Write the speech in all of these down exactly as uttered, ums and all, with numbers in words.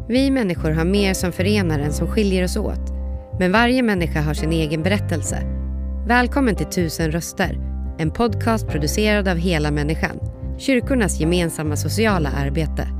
Vi människor har mer som förenar än som skiljer oss åt. Men varje människa har sin egen berättelse. Välkommen till Tusen röster, en podcast producerad av Hela människan. Kyrkornas gemensamma sociala arbete.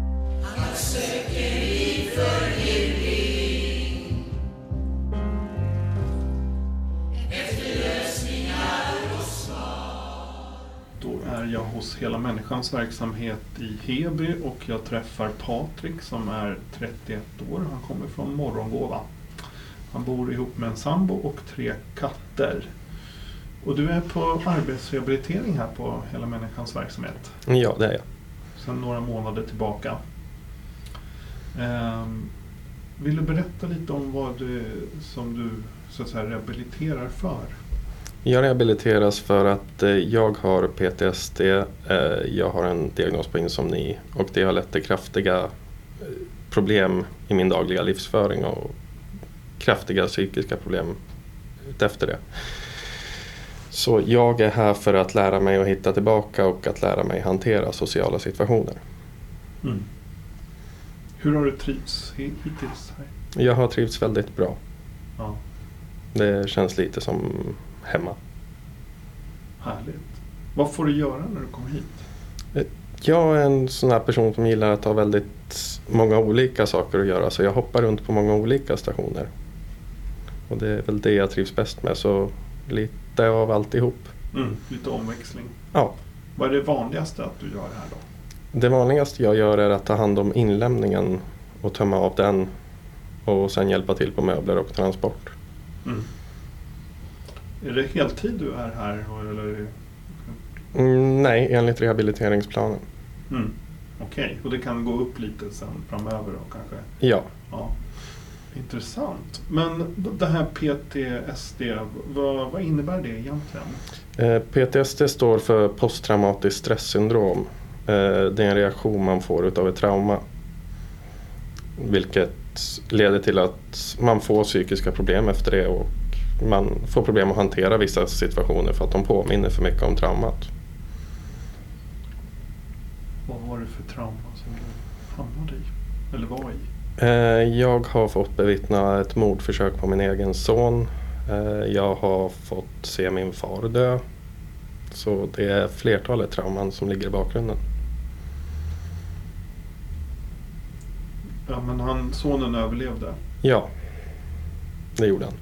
Då är jag hos Hela människans verksamhet i Heby och jag träffar Patrik som är trettioett år. Han kommer från Morgongåva. Han bor ihop med en sambo och tre katter. Och du är på arbetsrehabilitering här på Hela människans verksamhet. Ja, det är jag. Sedan några månader tillbaka. Um, vill du berätta lite om vad du, som du så att säga, rehabiliterar för? Jag rehabiliteras för att eh, jag har P T S D, eh, jag har en diagnos på insomni och det har lett till kraftiga eh, problem i min dagliga livsföring och kraftiga psykiska problem efter det. Så jag är här för att lära mig att hitta tillbaka och att lära mig hantera sociala situationer. Mm. Hur har du trivts hittills här? Jag har trivts väldigt bra. Ja. Det känns lite som hemma. Härligt. Vad får du göra när du kommer hit? Jag är en sån här person som gillar att ha väldigt många olika saker att göra. Så jag hoppar runt på många olika stationer. Och det är väl det jag trivs bäst med. Så lite av alltihop. Mm, lite omväxling. Ja. Vad är det vanligaste att du gör här då? Det vanligaste jag gör är att ta hand om inlämningen och tömma av den. Och sen hjälpa till på möbler och transport. Mm. Är det heltid du är här? Eller är det... mm, nej, enligt rehabiliteringsplanen. Mm. Okej, okay. Och det kan gå upp lite sen framöver då kanske? Ja. Ja. Intressant. Men det här P T S D, vad, vad innebär det egentligen? Eh, P T S D står för posttraumatiskt stresssyndrom. Eh, det är en reaktion man får utav ett trauma. Vilket leder till att man får psykiska problem efter det och man får problem att hantera vissa situationer för att de påminner för mycket om traumat. Vad var det för trauma som du hamnade i? Eller var i? Jag har fått bevittna ett mordförsök på min egen son. Jag har fått se min far dö. Så det är flertalet trauman som ligger i bakgrunden. Ja, men han, sonen överlevde? Ja, det gjorde han.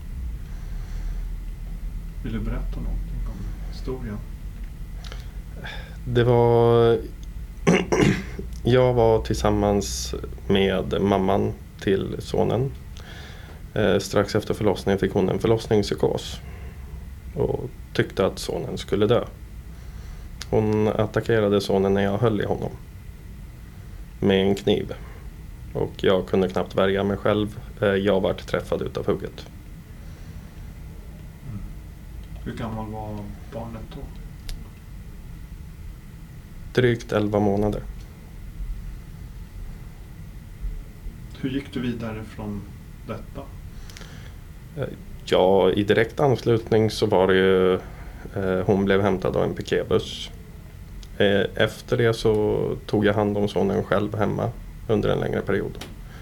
Vill du berätta någonting om historien? Det var... Jag var tillsammans med mamman till sonen. Eh, strax efter förlossningen fick hon en förlossningspsykos. Och tyckte att sonen skulle dö. Hon attackerade sonen när jag höll i honom. Med en kniv. Och jag kunde knappt värja mig själv. Eh, jag vart träffad utav hugget. Mm. Hur gammal var barnet då? Drygt elva månader. Hur gick du vidare från detta? Ja, i direkt anslutning så var det ju... Eh, hon blev hämtad av en piketbuss. Eh, efter det så tog jag hand om sonen själv hemma under en längre period.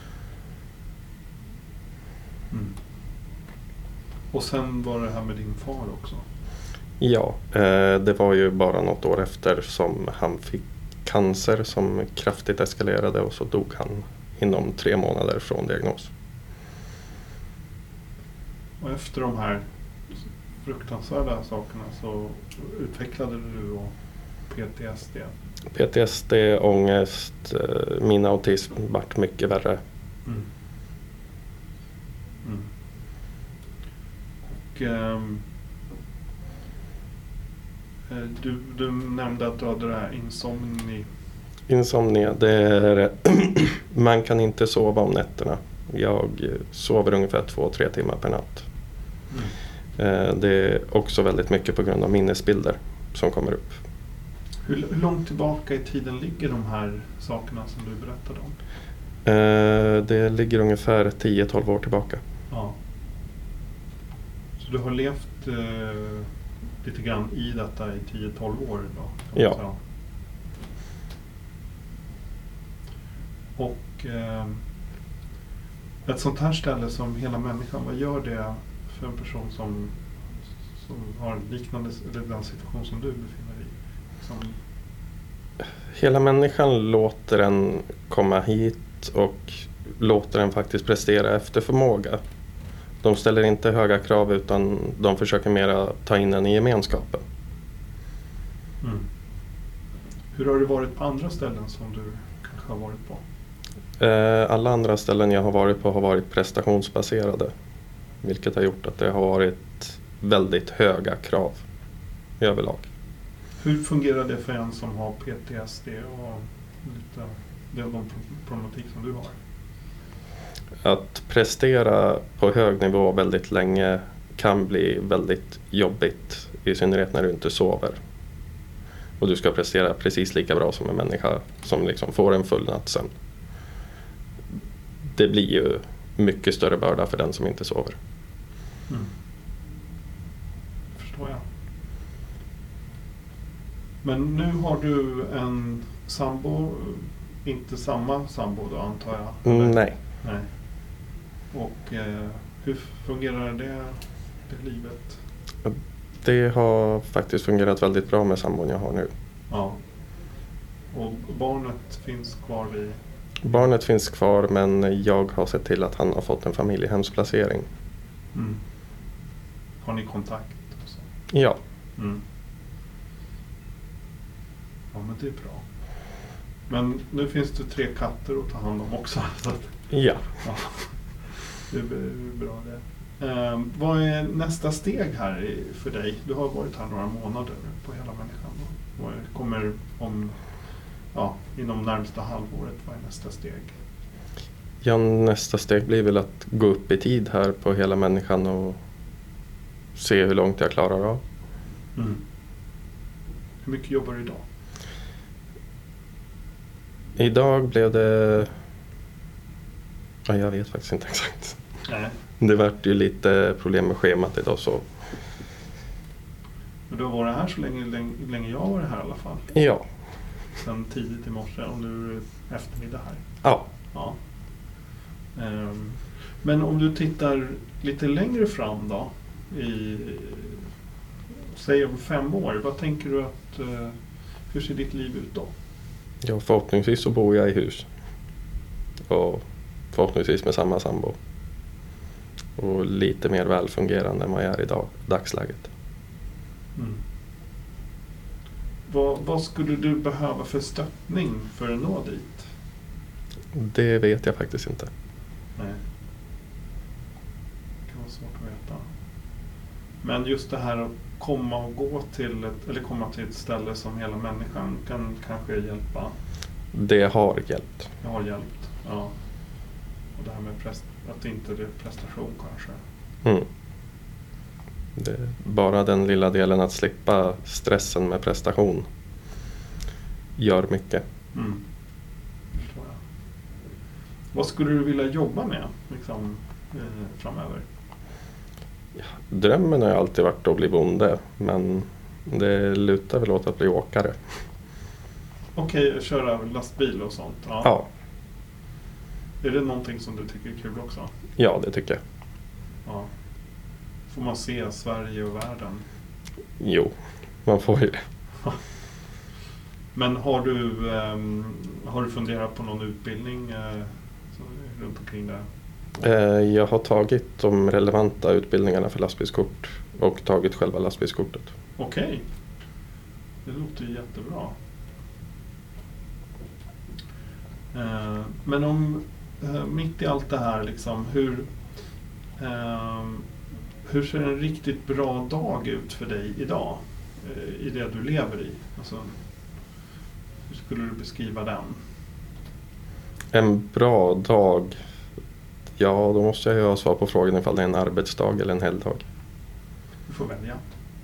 Mm. Och sen var det här med din far också? Ja, eh, det var ju bara något år efter som han fick cancer som kraftigt eskalerade och så dog han inom tre månader från diagnos. Och efter de här fruktansvärda sakerna så utvecklade du och P T S D? P T S D, ångest, min autism vart mycket värre. Mm. Mm. Och ähm, du, du nämnde att du hade det här insomni. Insomnia, det är man kan inte sova om nätterna. Jag sover ungefär två, tre timmar per natt. Mm. Det är också väldigt mycket på grund av minnesbilder som kommer upp. Hur, hur långt tillbaka i tiden ligger de här sakerna som du berättade om? Det ligger ungefär tio till tolv år tillbaka. Ja. Så du har levt eh, lite grann i detta i tio till tolv år då? Ja. Säga. Och eh, Ett sånt här ställe som Hela Människan, vad gör det för en person som, som har liknande, eller den situation som du befinner dig i? Som... Hela Människan låter en komma hit och låter en faktiskt prestera efter förmåga. De ställer inte höga krav utan de försöker mera ta in en i gemenskapen. Mm. Hur har det varit på andra ställen som du kanske har varit på? Alla andra ställen jag har varit på har varit prestationsbaserade. Vilket har gjort att det har varit väldigt höga krav överlag. Hur fungerar det för en som har P T S D och lite det är de problematik som du har? Att prestera på hög nivå väldigt länge kan bli väldigt jobbigt. I synnerhet när du inte sover. Och du ska prestera precis lika bra som en människa som liksom får en full nattsömn. Det blir ju mycket större börda för den som inte sover. Mm. Förstår jag. Men nu har du en sambo, inte samma sambo då antar jag? Mm, nej. Nej. Och eh, hur fungerar det, det livet? Det har faktiskt fungerat väldigt bra med sambon jag har nu. Ja. Och barnet finns kvar vid? Barnet finns kvar men jag har sett till att han har fått en familjehemsplacering. Mm. Har ni kontakt? Och så? Ja. Mm. Ja men det är bra. Men nu finns det tre katter att ta hand om också. Så att, ja. ja. Det är bra det. Eh, vad är nästa steg här i, för dig? Du har varit här några månader på Hela Människan. Vad kommer om, ja, inom närmsta halvåret, vad är nästa steg? Ja, nästa steg blir väl att gå upp i tid här på Hela Människan och se hur långt jag klarar av. Mm. Hur mycket jobbar du idag? Idag blev det... Ja, jag vet faktiskt inte exakt. Nej. Det vart ju lite problem med schemat idag så... Men du har varit här så länge, länge, länge jag har varit här i alla fall. Ja. Sen tidigt i morse och nu är det eftermiddag här. Ja. Ja. Um, men om du tittar lite längre fram då, i, säg om fem år, vad tänker du att, uh, hur ser ditt liv ut då? Ja, förhoppningsvis så bor jag i hus. Och förhoppningsvis med samma sambo. Och lite mer välfungerande än vad jag är idag, dagsläget. Mm. Vad, vad skulle du behöva för stöttning för att nå dit? Det vet jag faktiskt inte. Nej. Det kan vara svårt att veta. Men just det här att komma och gå till ett, eller komma till ett ställe som Hela Människan kan kanske hjälpa. Det har hjälpt. Det har hjälpt, ja. Och det här med prest, att inte det är prestation kanske. Mm. Det är bara den lilla delen att slippa stressen med prestation gör mycket. Mm. Förstår jag. Vad skulle du vilja jobba med liksom, eh, framöver? Ja, drömmen har ju alltid varit att bli bonde, men det lutar väl åt att bli åkare. Okej, okay, köra lastbil och sånt. Ja. Ja. Är det någonting som du tycker är kul också? Ja, det tycker jag. Ja. Får man se Sverige och världen? Jo, man får ju det. Men har du, um, har du funderat på någon utbildning uh, runt omkring det? Jag har tagit de relevanta utbildningarna för lastbilskort och tagit själva lastbilskortet. Okej, okay. Det låter ju jättebra. Uh, men om uh, mitt i allt det här, liksom, hur, uh, hur ser en riktigt bra dag ut för dig idag? Uh, I det du lever i? Alltså, hur skulle du beskriva den? En bra dag? Ja, då måste jag ju ha svar på frågan ifall det är en arbetsdag eller en helgdag. Du får välja.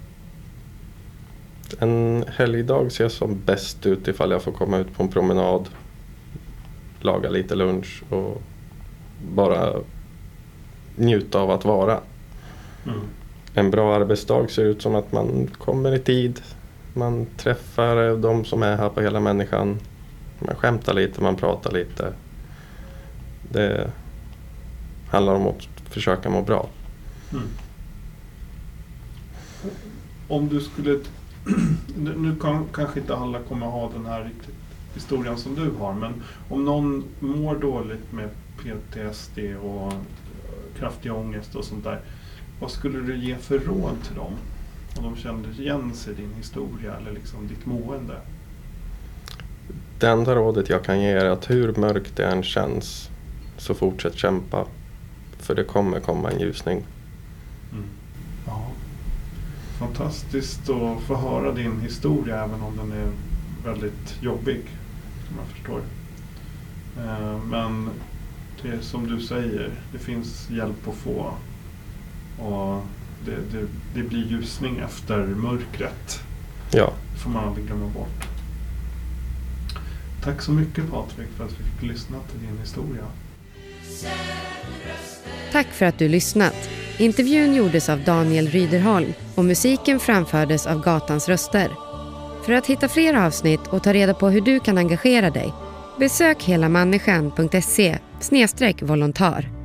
En helgdag ser som bäst ut ifall jag får komma ut på en promenad, laga lite lunch och bara njuta av att vara. Mm. En bra arbetsdag ser ut som att man kommer i tid, man träffar de som är här på Hela Människan, man skämtar lite, man pratar lite. Det, handlar om att försöka må bra. Mm. Om du skulle, nu kan, kanske inte alla kommer ha den här riktigt historien som du har, men om någon mår dåligt med P T S D och kraftig ångest och sånt där, vad skulle du ge för råd till dem? Om de känner igen sig i din historia eller liksom ditt mående? Det enda rådet jag kan ge är att hur mörkt det än känns, så fortsätt kämpa. För det kommer komma en ljusning. Mm. Ja. Fantastiskt att få höra din historia, även om den är väldigt jobbig, som jag förstår. Men det är som du säger, det finns hjälp att få. Och det, det, det blir ljusning efter mörkret. Ja. Det får man aldrig glömma bort. Tack så mycket, Patrik, för att vi fick lyssna till din historia. Tack för att du lyssnat. Intervjun gjordes av Daniel Ryderholm och musiken framfördes av Gatans röster. För att hitta fler avsnitt och ta reda på hur du kan engagera dig, besök helamänniskan punkt se slash volontar.